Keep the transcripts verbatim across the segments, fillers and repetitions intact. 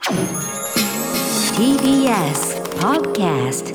ティービーエス Podcast。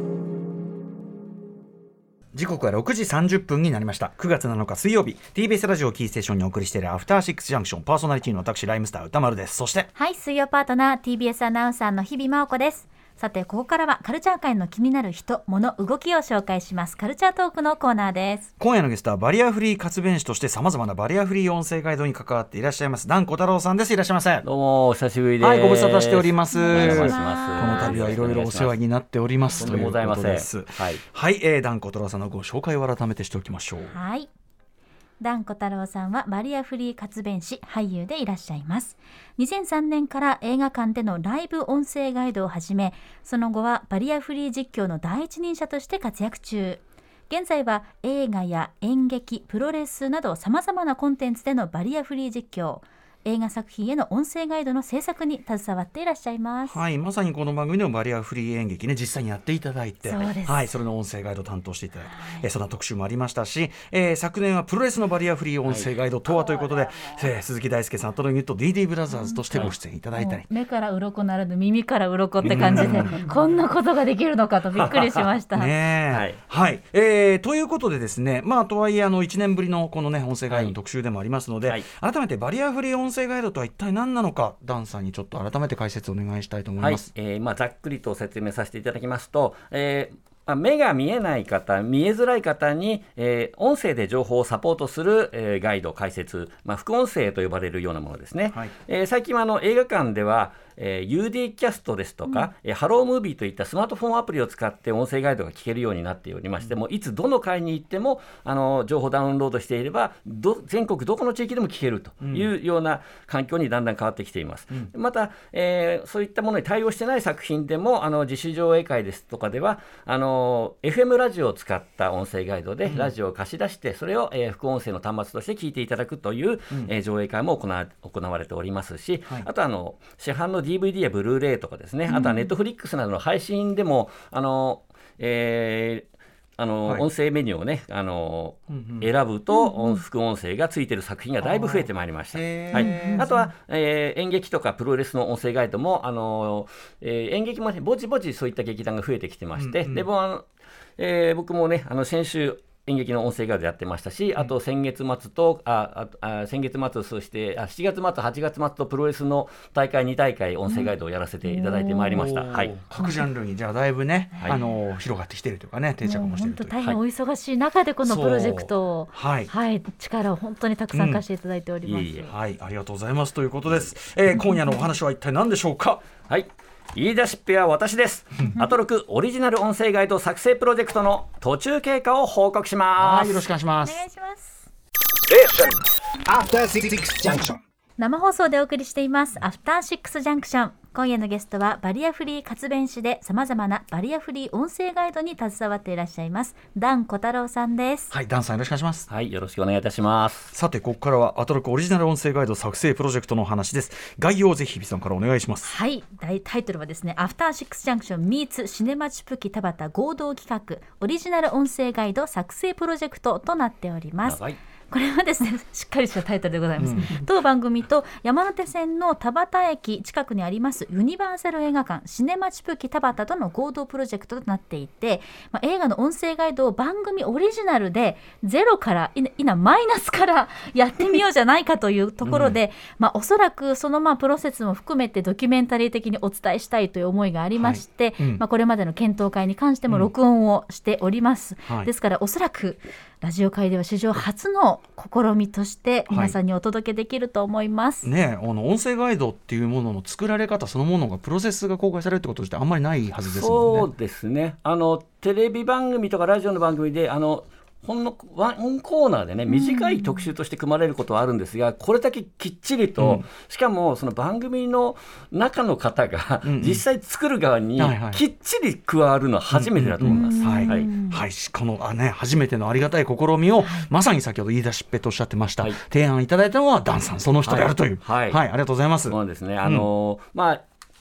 時刻はろくじさんじゅっぷんになりました。くがつなのか水曜日、 ティービーエス ラジオキーステーションにお送りしているアフターシックスジャンクション、パーソナリティの私ライムスター歌丸です。そしてはい、水曜パートナー ティービーエス アナウンサーの日々真央子です。さて、ここからはカルチャー界の気になる人、物、動きを紹介します。カルチャートークのコーナーです。 今夜のゲストはバリアフリー活弁士としてさまざまなバリアフリー音声ガイドに関わっていらっしゃいます檀小太郎さんです。いらっしゃいませ。 どうもお久しぶりです。 はい、ご無沙汰しております。 お願いします。 この度はいろいろお世話になっておりますということです。 はい、 はい、えー、檀小太郎さんのご紹介を改めてしておきましょう。 はい、檀小太郎さんはバリアフリー活弁士、俳優でいらっしゃいます。にせんさんねんから映画館でのライブ音声ガイドを始め、その後はバリアフリー実況の第一人者として活躍中。現在は映画や演劇、プロレスなどさまざまなコンテンツでのバリアフリー実況、映画作品への音声ガイドの制作に携わっていらっしゃいます。 はい、まさにこの番組でもバリアフリー演劇ね、実際にやっていただいて、 そうです、 はい、それの音声ガイドを担当していただいて、はい、えー、そんな特集もありましたし、えー、昨年はプロレスのバリアフリー音声ガイドとはということで、はい、えー、鈴木大輔さんとのユニット ディーディー ブラザーズとしてご出演いただいたり、 目から鱗ならぬ耳から鱗って感じでこんなことができるのかとびっくりしましたね、はい、はい、えー、ということでですね、まあとはいえあのいちねんぶりのこのね音声ガイドの特集でもありますので、はい、改めてバリアフリー音声ガイドとは一体何なのか、ダンさんにちょっと改めて解説をお願いしたいと思います。 はい、えーまあ、ざっくりと説明させていただきますと、えー目が見えない方、見えづらい方に、えー、音声で情報をサポートする、えー、ガイド、解説、まあ、副音声と呼ばれるようなものですね。はい、えー、最近はあの映画館では、えー、ユーディー キャストですとか、うん、えー、ハロームービーといったスマートフォンアプリを使って音声ガイドが聞けるようになっておりまして、うん、もういつどの回に行ってもあの情報ダウンロードしていればど全国どこの地域でも聞けるというような環境にだんだん変わってきています。うん、また、えー、そういったものに対応してない作品でもあの自主上映会ですとかではあの エフエム ラジオを使った音声ガイドでラジオを貸し出して、それを、えー、副音声の端末として聞いていただくという、うん、えー、上映会も行わ、行われておりますし、はい、あとあの市販の ディーブイディー やブルーレイとかですね、あとはネットフリックスなどの配信でもあの、えーあのはい、音声メニューをねあの、うんうん、選ぶと、うんうん、副音声がついている作品がだいぶ増えてまいりました。あ、はい、あとは、えー、演劇とかプロレスの音声ガイドもあの、えー、演劇も、ね、ぼちぼちそういった劇団が増えてきてまして、うんうん、でもあの、えー、僕もねあの先週演劇の音声ガイドやってましたし、あと先月末とあああ先月末、そしてあしちがつ末はちがつ末とプロレスの大会に大会音声ガイドをやらせていただいてまいりました。うん、はい、 各ジャンルにじゃあだいぶね、はい、あの広がってきているというかね、定着もしているという。 本当大変お忙しい中でこのプロジェクトを、はいはい、力を本当にたくさん貸していただいております。うん、いえいえ、 はい、ありがとうございますということです。えー、今夜のお話は一体何でしょうか。 はい、言い出しっぺは私です。アトロクオリジナル音声ガイド作成プロジェクトの途中経過を報告します。 はい、よろしくお願いします。 お願いします。 アフターシックスジャンクション、 生放送でお送りしていますアフターシックスジャンクション。今夜のゲストはバリアフリー活弁士でさまざまなバリアフリー音声ガイドに携わっていらっしゃいます檀小太郎さんです。 はい、檀さんよろしくお願いします。 はい、よろしくお願いいたします。 さて、ここからはアトロクオリジナル音声ガイド作成プロジェクトのお話です。概要をぜひ日比さんからお願いします。 はい、タイトルはですね、アフターシックスジャンクション meets シネマチュプキ田端合同企画オリジナル音声ガイド作成プロジェクトとなっております。はい、これはですね、しっかりしたタイトルでございます。うん、当番組と山手線の田端駅近くにありますユニバーサル映画館シネマチュプキ田端との合同プロジェクトとなっていて、まあ、映画の音声ガイドを番組オリジナルでゼロから今マイナスからやってみようじゃないかというところで、うん、まあ、おそらくそのまあプロセスも含めてドキュメンタリー的にお伝えしたいという思いがありまして、はい、うん、まあ、これまでの検討会に関しても録音をしております。うん、はい、ですからおそらくラジオ界では史上初の試みとして皆さんにお届けできると思います。 はい、ね、あの音声ガイドっていうものの作られ方そのものがプロセスが公開されるってこととしてあんまりないはずですもんね。 そうですね、あのテレビ番組とかラジオの番組であのほんのワンコーナーでね短い特集として組まれることはあるんですが、これだけきっちりと、うん、しかもその番組の中の方が実際作る側にきっちり加わるのは初めてだと思います。 はいはいはい、このあ、ね、初めてのありがたい試みを、はい、まさに先ほど言い出しっぺとおっしゃってました、はい、提案いただいたのはダンさんその人であるという、はいはいはい、ありがとうございます。 そうですね、あのーうん、まあ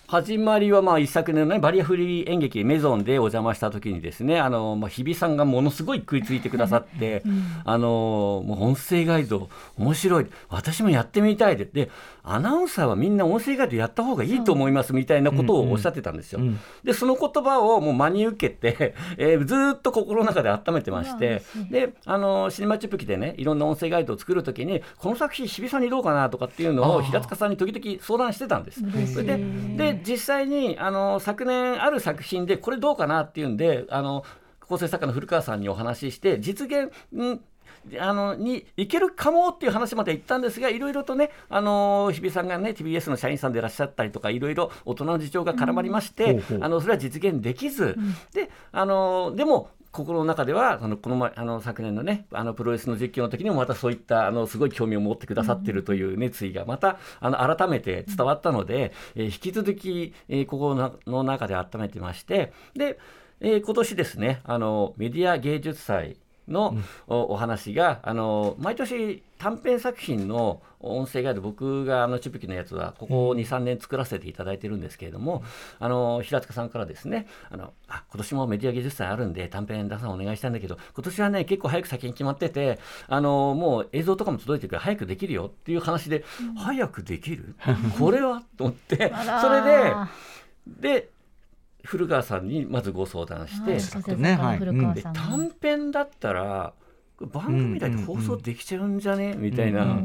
始まりはまあ一昨年の、ね、バリアフリー演劇メゾンでお邪魔した時にですね、あの、まあ、日比さんがものすごい食いついてくださって、うん、あのもう音声ガイド面白い、私もやってみたいで、でアナウンサーはみんな音声ガイドやった方がいいと思いますみたいなことをおっしゃってたんですよ、うんうん、でその言葉をもう真に受けて、えー、ずっと心の中で温めてまして、であのシネマチュプキでねいろんな音声ガイドを作る時にこの作品日比さんにどうかなとかっていうのを平塚さんに時々相談してたんです。それでで実際にあの昨年ある作品でこれどうかなっていうんで、あの構成作家の古川さんにお話しして実現んあのにいけるかもっていう話まで行ったんですが、いろいろとね、あの日比さんがね ティービーエス の社員さんでいらっしゃったりとか、いろいろ大人の事情が絡まりまして、うん、あのそれは実現できず、うん、であのでも心の中ではあのこの前あの昨年のねあのプロレスの実況の時にもまたそういったあのすごい興味を持ってくださっているという熱意がまたあの改めて伝わったので、えー、引き続き、えー、心の中で温めてまして、で、えー、今年ですねあのメディア芸術祭の、うん、お, お話があの毎年短編作品の音声ガイド、僕があのチュプキのやつはここ にさんねん作らせていただいてるんですけれども、うん、あの平塚さんからですねあのあ今年もメディア芸術祭あるんで短編出さんお願いしたいんだけど、今年はね結構早く先に決まっててあのもう映像とかも届いてるから早くできるよっていう話で、うん、早くできるこれはと思ってそれでで古川さんにまずご相談して、はいねはい、で短編だったら番組内で放送できちゃうんじゃね、うん、みたいな、うんうん、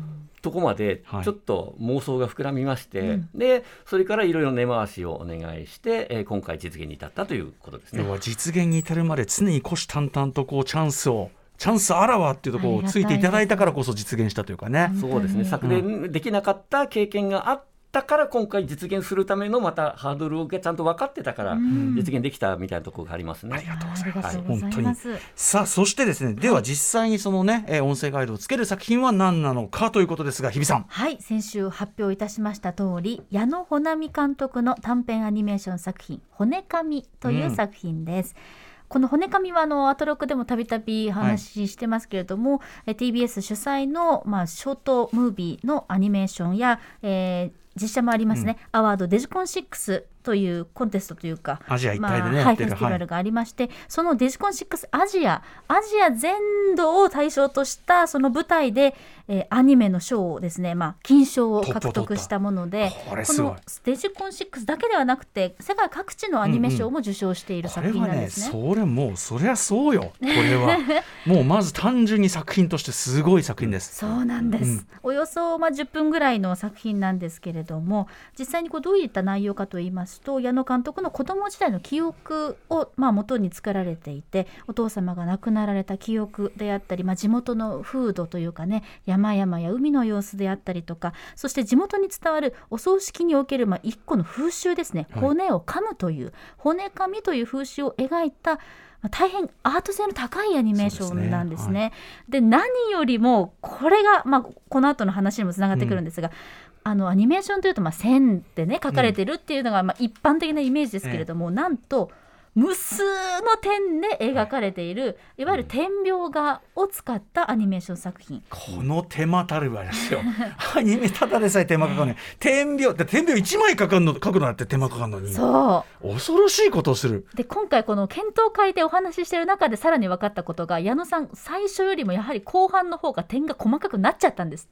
とこまでちょっと妄想が膨らみまして、はい、でそれからいろいろ根回しをお願いして、えー、今回実現に至ったということですね。 要は実現に至るまで常に虎視眈々とこうチャンスをチャンスあらわっていうところをついていただいたからこそ実現したというかね。 そうですね、昨年できなかった経験があってだから今回実現するためのまたハードルがちゃんと分かってたから実現できたみたいなところがありますね。 ありがとうございます。本当に。さあそしてですね、では実際にそのね、えー、音声ガイドをつける作品は何なのかということですが、日比さん。 はい、先週発表いたしました通り、矢野穂波監督の短編アニメーション作品骨紙という作品です。うん、この骨紙はあのアトロクでもたびたび話してますけれども、はい、ティービーエス 主催の、まあ、ショートムービーのアニメーションや、えー実写もありますね、うん、アワードデジコンシックスというコンテストというかアジア一体でね、 まあはい、フェスティバルがありまして、はい、そのデジコンシックスアジアアジア全土を対象としたその舞台で、えー、アニメの賞をですね、まあ、金賞を獲得したもので、このデジコンシックスだけではなくて世界各地のアニメ賞も受賞している作品なんですね。 うんうん、これはね、それもうそりゃそうよ、これはもうまず単純に作品としてすごい作品です。 そうなんです、うん、およそ、まあ、じゅっぷんぐらいの作品なんですけれども、実際にこうどういった内容かといいますと、矢野監督の子供時代の記憶を、まあ、元に作られていて、お父様が亡くなられた記憶であったり、まあ、地元の風土というかね、山々や海の様子であったりとか、そして地元に伝わるお葬式における、まあ、一個の風習ですね、はい、骨を噛むという骨紙という風習を描いた大変アート性の高いアニメーションなんですね。で、何よりもこれが、まあ、この後の話にもつながってくるんですが、うん、あのアニメーションというと、まあ、線でね描かれてるっていうのが、まあ、一般的なイメージですけれども、うん、なんと無数の点で描かれている、いわゆる点描画を使ったアニメーション作品。 この手間たるわですよアニメただでさえ手間かかるね点描って点描いちまいかかるの書くのだって手間かかるのに、そう恐ろしいことをする。 で、今回この検討会でお話ししている中でさらに分かったことが、矢野さん最初よりもやはり後半の方が点が細かくなっちゃったんですって。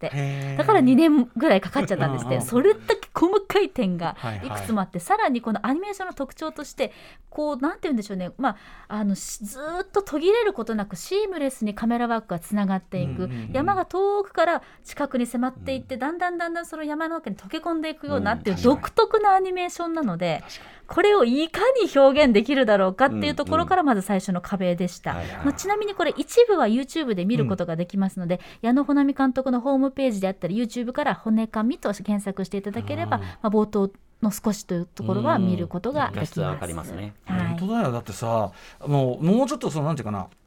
だからにねんぐらいかかっちゃったんですってそれだけ細かい点がいくつもあって、はいはい、さらにこのアニメーションの特徴としてこうなんて言うんでしょうね、まあ、あのずっと途切れることなくシームレスにカメラワークがつながっていく、うんうんうん、山が遠くから近くに迫っていって、うん、だんだんだんだんその山の中に溶け込んでいくようなっていう独特なアニメーションなので、これをいかに表現できるだろうかっていうところからまず最初の壁でした、うんうん、まあ、ちなみにこれ一部は YouTube で見ることができますので、うん、矢野穂波監督のホームページであったり YouTube から骨紙と検索していただければ、まあ、冒頭の少しというところは見ることができます。 画質はわかりますね。 はい、 本当だよ。だってさ、もうもうちょっとそのなんていうかな、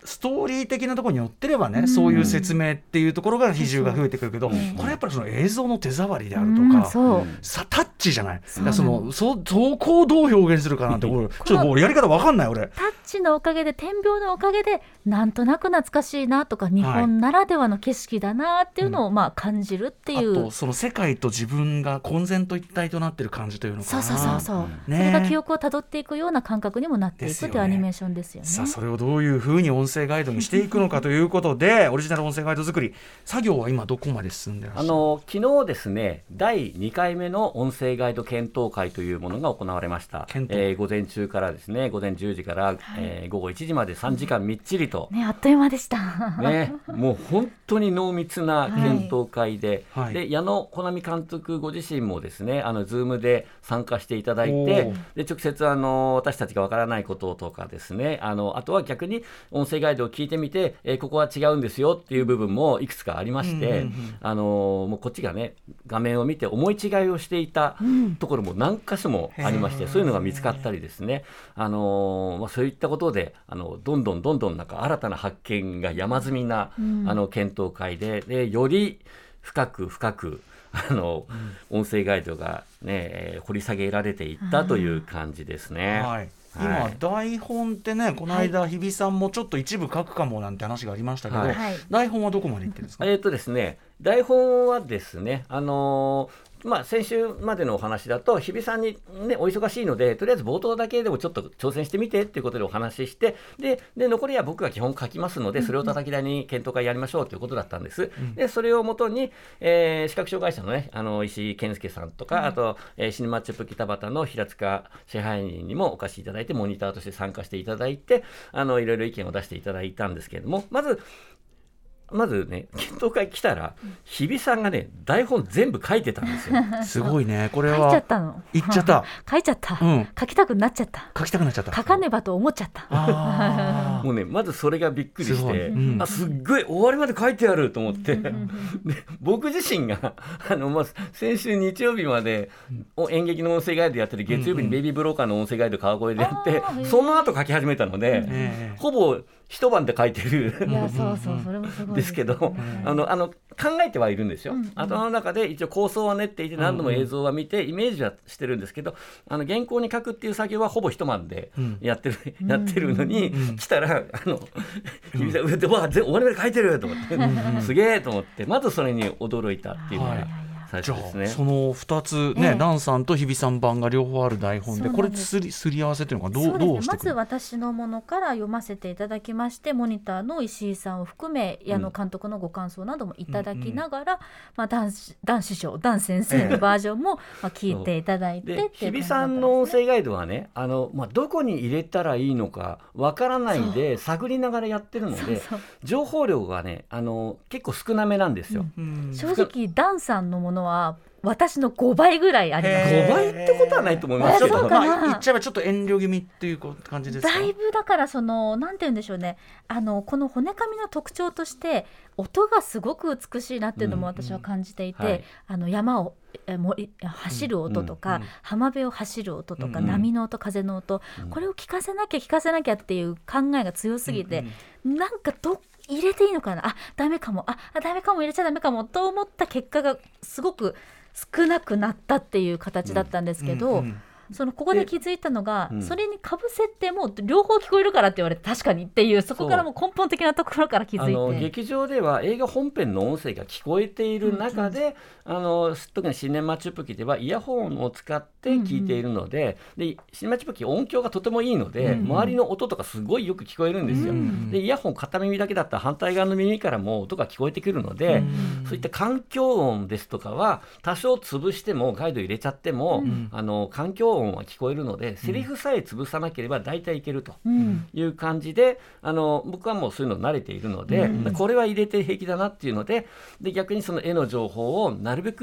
ストーリー的なところに寄ってればね、うん、そういう説明っていうところが比重が増えてくるけど、うん、これやっぱりその映像の手触りであるとか、うん、そうさタッチじゃない、そ, だその そ, そこをどう表現するかなってちょっともうやり方わかんない俺。 タッチのおかげで点描のおかげでなんとなく懐かしいなとか日本ならではの景色だなっていうのをまあ感じるっていう、 うん、あとその世界と自分が混然と一体となってる感じというのかな。 そうそうそうそう、ね、それが記憶をたどっていくような感覚にもなっていくというアニメーションですよね。 さあそれをどういうふうに音声ガイドにしていくのかということでオリジナル音声ガイド作り作業は今どこまで進んでらっしゃる？ あの昨日ですねだいにかいめの音声ガイド検討会というものが行われました。えー、午前中からですね午前じゅうじから、はいえー、午後いちじまでさんじかんみっちりと、 ね、あっという間でした、 ね、もう本当に濃密な検討会で、はい、で矢野小波監督ご自身もですねあのズームで参加していただいてで直接あの私たちがわからないこととかですね あのあとは逆に音声ガイドを聞いてみて、えー、ここは違うんですよっていう部分もいくつかありまして、うんうんうん、あのもうこっちがね画面を見て思い違いをしていたところも何箇所もありまして、うん、そういうのが見つかったりですね、あのまあ、そういったことであのどんどんどんどんなんか新たな発見が山積みな、うん、あの検討会 で, でより深く深くあの、うん、音声ガイドが、ね、掘り下げられていったという感じですね。 はい今、はい、台本ってねこの間、はい、日比さんもちょっと一部書くかもなんて話がありましたけど、はい、台本はどこまでいってるんですか？ えーっとですね、台本はですね、あのーまあ、先週までのお話だと日比さんに、ね、お忙しいのでとりあえず冒頭だけでもちょっと挑戦してみてっていうことでお話しして で, で残りは僕が基本書きますのでそれを叩き台に検討会やりましょうということだったんです、うん、でそれをもとに、えー、視覚障害者の、ね、あの石井健介さんとか、うん、あと、えー、シネマチュップ北畑の平塚支配人にもお越しいただいてモニターとして参加していただいてあのいろいろ意見を出していただいたんですけれどもまずまずね検討会来たら日比さんがね台本全部書いてたんですよ。 すごいねこれは書いちゃったの言っちゃった書いちゃった、うん、書きたくなっちゃった書きたくなっちゃった書かねばと思っちゃったあもうねまずそれがびっくりして、うん、あすっごい終わりまで書いてあると思ってで僕自身があの、まあ、先週日曜日まで演劇の音声ガイドやってる月曜日にベイビーブローカーの音声ガイド川越でやって、うんうん、その後書き始めたので、えー、ほぼ一晩で書いてるいやそうそうそれもすごいですけどあのあの考えてはいるんですよ、うんうん、頭の中で一応構想は練っていて何度も映像は見てイメージはしてるんですけどあの原稿に書くっていう作業はほぼ一晩でやってる、うん、やってるのに、うん、来たらあの日比さん上でわ終わりまで書いてると思ってすげえと思ってまずそれに驚いたっていうのが、はいじゃあ、ね、そのふたつね、ええ、ダンさんと日比さん版が両方ある台本 で, でこれす り, すり合わせというのが ど う, う、ね、どうしてくるまず私のものから読ませていただきましてモニターの石井さんを含め矢野監督のご感想などもいただきながら、うんまあ、ダン, ダン師匠ダン先生のバージョンも、まあ、聞いていただいて、 で日比さんの音声ガイドはねあの、まあ、どこに入れたらいいのかわからないで探りながらやってるのでそうそう情報量がねあの結構少なめなんですよ、 うんうん、正直ダンさんのものは私のごばいぐらいあります。 ごばいってことはないと思います。 ちょっと、まあ、言っちゃえばちょっと遠慮気味っていう感じですか。 だいぶだからそのなんて言うんでしょうねあのこの骨紙の特徴として音がすごく美しいなっていうのも私は感じていて、うんうんはい、あの山をえも走る音とか、うんうん、浜辺を走る音とか、うんうん、波の音風の音、うん、これを聞かせなきゃ聞かせなきゃっていう考えが強すぎて、うんうん、なんかど入れていいのかなあダメかもあダメかも入れちゃダメかもと思った結果がすごく少なくなったっていう形だったんですけど、うんうんうん、そのここで気づいたのが、うん、それにかぶせても両方聞こえるからって言われて確かにっていうそこからも根本的なところから気づいてあの劇場では映画本編の音声が聞こえている中で、うんうん、あの特にシネマチュップ機ではイヤホンを使って聞いているので、うんうん、でシネマチュップ機音響がとてもいいので、うんうん、周りの音とかすごいよく聞こえるんですよ、うんうん、でイヤホン片耳だけだったら反対側の耳からも音が聞こえてくるので、うんうん、そういった環境音ですとかは多少潰してもガイド入れちゃっても、うん、あの環境音は聞こえるのでセリフさえ潰さなければ大体いけるという感じで、うん、あの僕はもうそういうの慣れているので、うん、これは入れて平気だなっていうの で, で逆にその絵の情報をなるべく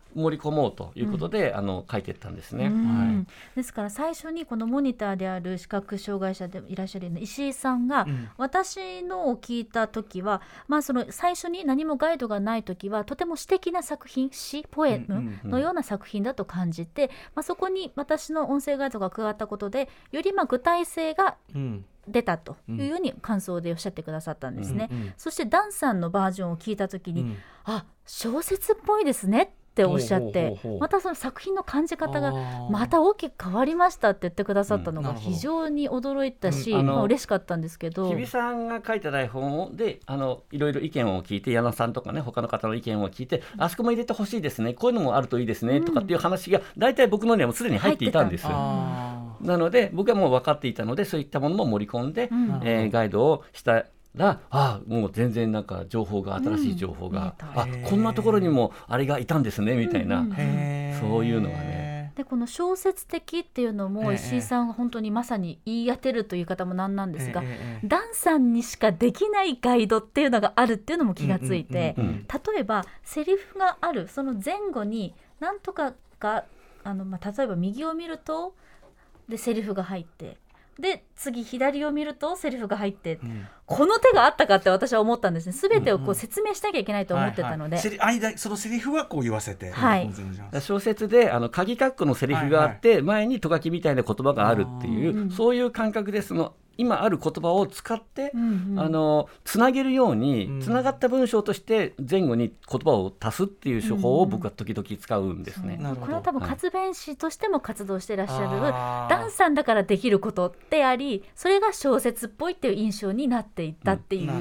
盛り込もうということで、うん、あの書いていったんですね、 はい、ですから最初にこのモニターである視覚障害者でいらっしゃる石井さんが、うん、私のを聞いた時は、まあ、その最初に何もガイドがない時はとても詩的な作品、詩ポエムのような作品だと感じて、うんうんうん、まあ、そこに私の音声ガイドが加わったことでよりまあ具体性が、うん出たというように感想でおっしゃってくださったんですね、うんうん、そしてダンさんのバージョンを聞いた時に、うん、あ、小説っぽいですねっておっしゃって、ほうほうほうほう、またその作品の感じ方がまた大きく変わりましたって言ってくださったのが非常に驚いたし、うん、まあ、嬉しかったんですけど、 日比さんが書いた台本であのいろいろ意見を聞いて、矢野さんとかね他の方の意見を聞いて、うん、あそこも入れてほしいですね、こういうのもあるといいですね、うん、とかっていう話が大体僕のにはもうすでに入っていたんです。なので僕はもう分かっていたので、そういったものも盛り込んで、うん、えー、ガイドをしたら、あ、もう全然なんか情報が新しい情報が、うん、あ、こんなところにもあれがいたんですねみたいな、うんうん、そういうのがね。 でこの小説的っていうのも石井さんが本当にまさに言い当てるという方もなんなんですが、ダンさんにしかできないガイドっていうのがあるっていうのも気がついて、うんうんうん、例えばセリフがあるその前後に何とかがあの、まあ、例えば右を見るとでセリフが入って、で次左を見るとセリフが入って、うん、この手があったかって私は思ったんですね。全てをこう説明しなきゃいけないと思ってたので、 うんうん、はいはい、そのセリフはこう言わせて、 はい、 小説であの鍵括弧のセリフがあって、はいはい、前にト書きみたいな言葉があるっていう、そういう感覚でその今ある言葉を使って、うんうん、あのつなげるようにつながった文章として前後に言葉を足すっていう手法を僕は時々使うんですね、 うんうん、これは多分活弁士としても活動してらっしゃる、はい、ダンさんだからできることであり、それが小説っぽいっていう印象になっていったっていう、うん、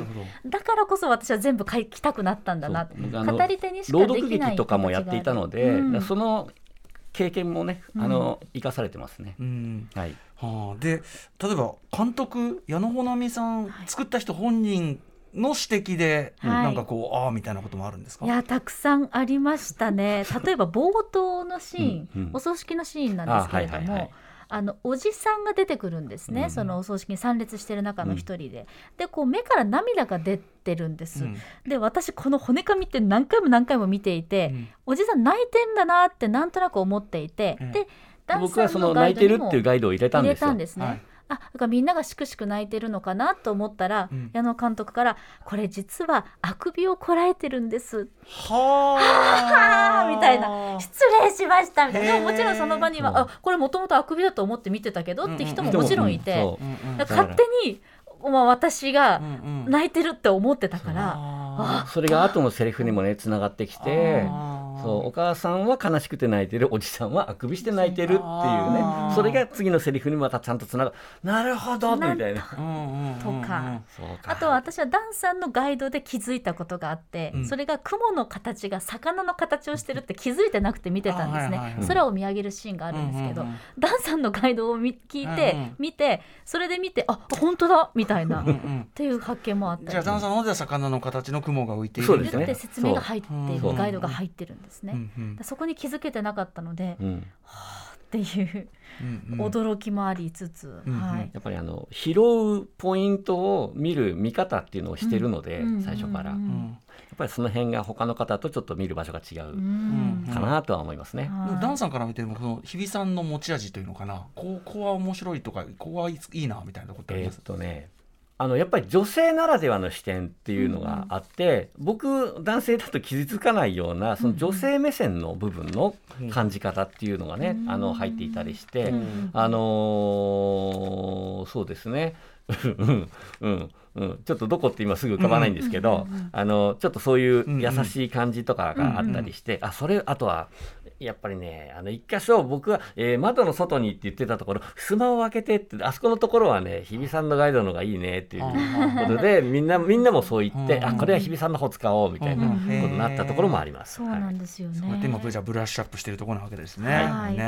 だからこそ私は全部書きたくなったんだな、語り手にしかできない、 朗読劇とかもやっていたので、うん、その経験もね、あの、うん、生かされてますね、うん、はい、 はあ、で例えば監督矢野穂波さん、はい、作った人本人の指摘で、はい、なんかこうああみたいなこともあるんですか？ いやたくさんありましたね。例えば冒頭のシーン、うんうん、お葬式のシーンなんですけれども、あ、はいはいはい、あのおじさんが出てくるんですね、うん、そのお葬式に参列してる中の一人で、うん、でこう目から涙が出てるんです、うん、で私この骨紙って何回も何回も見ていて、うん、おじさん泣いてんだなってなんとなく思っていて、うん、で僕はその泣いてるっていうガイドを入れたんですよ。 入れたんですね、はい、あだからみんながしくしく泣いてるのかなと思ったら、うん、矢野監督からこれ実はあくびをこらえてるんですはあみたいな、失礼しましたみたいな。でももちろんその場にはあこれもともとあくびだと思って見てたけどって人ももちろんいて、勝手にまあ、私が泣いてるって思ってたから、 うんうん、それが後のセリフにもねつながってきて、そうお母さんは悲しくて泣いてる、おじさんはあくびして泣いてるっていうね、それが次のセリフにまたちゃんとつながる、なるほどみたいなとか、あとは私はダンさんのガイドで気づいたことがあって、うん、それが雲の形が魚の形をしてるって気づいてなくて見てたんですね、はいはい、空を見上げるシーンがあるんですけど、うんうんうん、ダンさんのガイドを聞いて、うんうん、見てそれで見てあ本当だみたいなっていう発見もあったり、 じゃあダンさんのでは魚の形の雲が浮いているそうですね、 って説明が入っている、ガイドが入ってるんですね、うんうん、そこに気づけてなかったので、うん、はあっていう驚きもありつつ、うんうんはい、 やっぱりあの拾うポイントを見る見方っていうのをしてるので、うん、最初から、うんうんうん、やっぱりその辺が他の方とちょっと見る場所が違うかなとは思いますね、 うんうん、ダンさんから見てもこの日比さんの持ち味というのかな、こう、こうは面白いとかこうはいいなみたいなことあります？ えーっとねあのやっぱり女性ならではの視点っていうのがあって、うん、僕男性だと気づかないようなその女性目線の部分の感じ方っていうのがね、うん、あの入っていたりして、うん、あのー、そうですねうんうんうん、ちょっとどこって今すぐ浮かばないんですけど、うんうんうん、あのちょっとそういう優しい感じとかがあったりして、うんうん、あそれあとはやっぱりねあの一箇所僕は、えー、窓の外にって言ってたところ襖を開けてってあそこのところはね日比さんのガイドの方がいいねっていうことでみんなみんなもそう言ってあこれは日比さんの方使おうみたいなことになったところもあります。 そうなんですよね。 そうやって今じゃあブラッシュアップしてるところなわけですね。はいね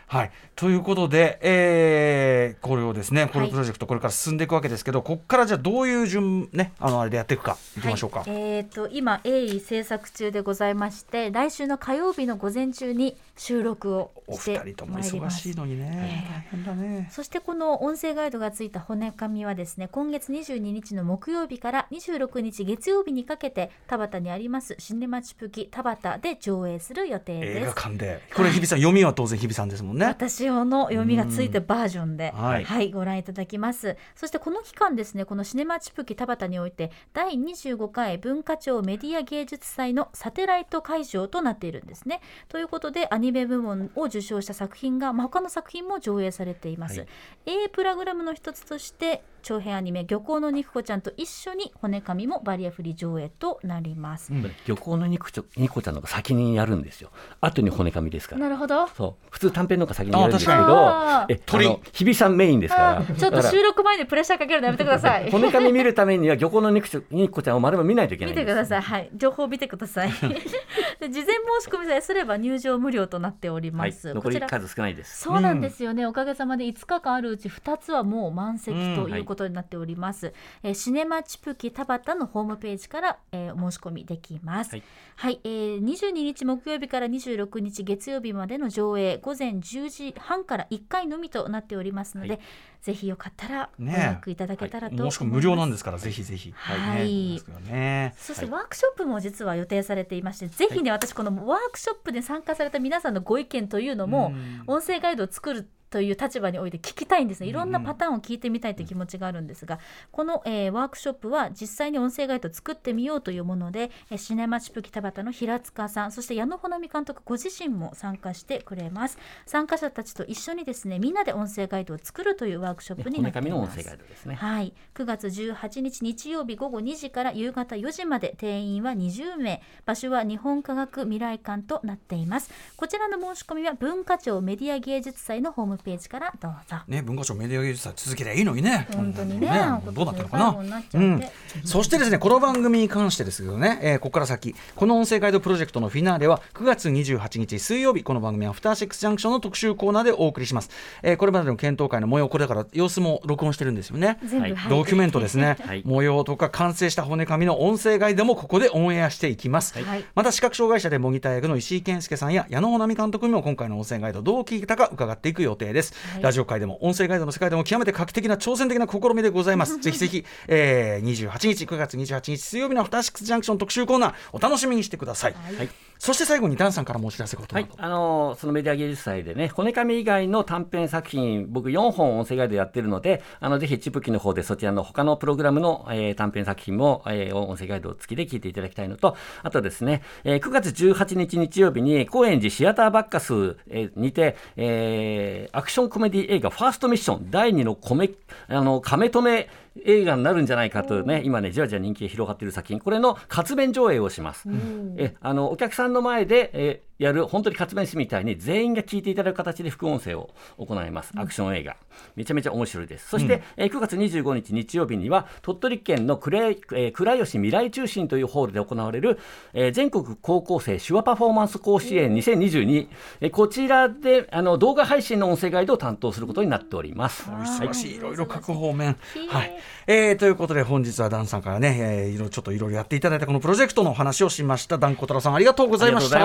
はい、ということで、えー、これをですねこのプロジェクトこれから進んでいくわけですけど、はい、ここからじゃあどういう順ねあのあれでやっていくかいきましょうか。 はい、えー、と今鋭意制作中でございまして、来週の火曜日の午前中に収録をしてまいります。お二人とも忙しいのにね、えー、大変だね。そしてこの音声ガイドがついた骨紙はですね、今月にじゅうににちの木曜日からにじゅうろくにち月曜日にかけて田端にありますシネマチプキ田端で上映する予定です。 映画館でこれ日比さん、はい、読みは当然日比さんですもんね。 私の読みがついたバージョンで、はいはい、ご覧いただきます。そしてこの期間ですね、このシネマチプキ田端においてだいにじゅうごかい文化庁メディア芸術祭のサテライト会場となっているんですね。ということでアニメ部門を受賞した作品が、まあ、他の作品も上映されています。はい、A プログラムの一つとして長編アニメ漁港の肉子ちゃんと一緒に骨紙もバリアフリー上映となります。うん、 漁港の肉子ちゃんのが先にやるんですよ。後に骨紙ですから。 なるほど。 そう普通短編のが先にやるんですけど、え鳥日比さんメインですから。 ちょっと収録前にプレッシャーかけるのやめてください。 骨紙見るためには漁港の肉子ちゃんを丸々見ないといけないんです。 見てください。はい、情報を見てください。で事前申し込みさえすれば入場無料となっております。 はい、残り数少ないです。 そうなんですよね、うん、おかげさまでいつかかんあるうちふたつはもう満席ということになっております。うん、はい、えー、シネマチプキ田端のホームページから、えー、申し込みできます。はい、はい、えー、にじゅうににち木曜日からにじゅうろくにち月曜日までの上映午前じゅうじはんからいっかいのみとなっておりますので、はい、ぜひよかったらご予約いただけたらと思います。 申し込み無料なんですからぜひぜひ。 はい、ね、そしてワークショップも実は予定されていまして、はい、ぜひね、私このワークショップで参加された皆さんのご意見というのも音声ガイドを作るという立場において聞きたいんですね。いろんなパターンを聞いてみたいという気持ちがあるんですが、この、えー、ワークショップは実際に音声ガイドを作ってみようというもので、えー、シネマチプキ田端の平塚さん、そして矢野穂波監督ご自身も参加してくれます。参加者たちと一緒にですね、みんなで音声ガイドを作るというワークショップになっています。 骨紙の音声ガイドですね。 はい、くがつじゅうはちにち日曜日ごごにじから夕方よじまで、定員はにじゅうめい、場所は日本科学未来館となっています。こちらの申し込みは文化庁メディア芸術祭のホームページからどうぞ。ね、 文化庁メディア芸術祭続けりゃいいのにね。 本当にね、 ね、どうなってるのかな。うん、そしてですね、この番組に関してですけどね、えー、ここから先この音声ガイドプロジェクトのフィナーレはくがつにじゅうはちにち水曜日、この番組アフターシックスジャンクションの特集コーナーでお送りします。えー、これまでの検討会の模様、これだから様子も録音してるんですよね。 全部ドキュメントですね、はい、模様とか完成した骨紙の音声ガイドもここでオンエアしていきます。はい、また視覚障害者で模擬大役の石井健介さんや矢野穂波監督にも今回の音声ガイドどう聞いたか伺っていく予定です。はい、ラジオ界でも音声ガイドの世界でも極めて画期的な挑戦的な試みでございます。ぜひぜひ、えー、にじゅうはちにちくがつにじゅうはちにち水曜日のアフターシックスジャンクション特集コーナーお楽しみにしてください。はい、そして最後にダンさんからもお知らせこと、はい、 あのー、そのメディア芸術祭でね、骨紙以外の短編作品僕よんほん音声ガイドやってるので、あのぜひチプキの方でそちらの他のプログラムの、えー、短編作品も、えー、音声ガイド付きで聞いていただきたいのと、あとですね、えー、くがつじゅうはちにち日曜日に高円寺シアターバッカス、えー、にて、えー、アクションコメディ映画ファーストミッションだいにの米あの亀止め映画になるんじゃないかとね、今ねじわじわ人気が広がっている作品、これの活弁上映をします。えあのお客さんの前で、えやる本当に活弁師みたいに全員が聞いていただく形で副音声を行います。アクション映画めちゃめちゃ面白いです。そして、うん、えくがつにじゅうごにち日曜日には鳥取県の倉、えー、倉吉未来中心というホールで行われる、えー、全国高校生手話パフォーマンス甲子園にせんにじゅうに、えー、こちらであの動画配信の音声ガイドを担当することになっております。 忙しい、いろいろ各方面、はい、えー、ということで本日はダンさんからね、えー、いろいろちょっといろいろやっていただいたこのプロジェクトの話をしました。ダン小太郎さんありがとうございました。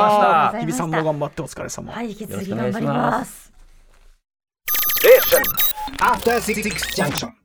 日比さんも頑張ってお疲れ様。 はい、引き続き頑張ります。 After Six Junction.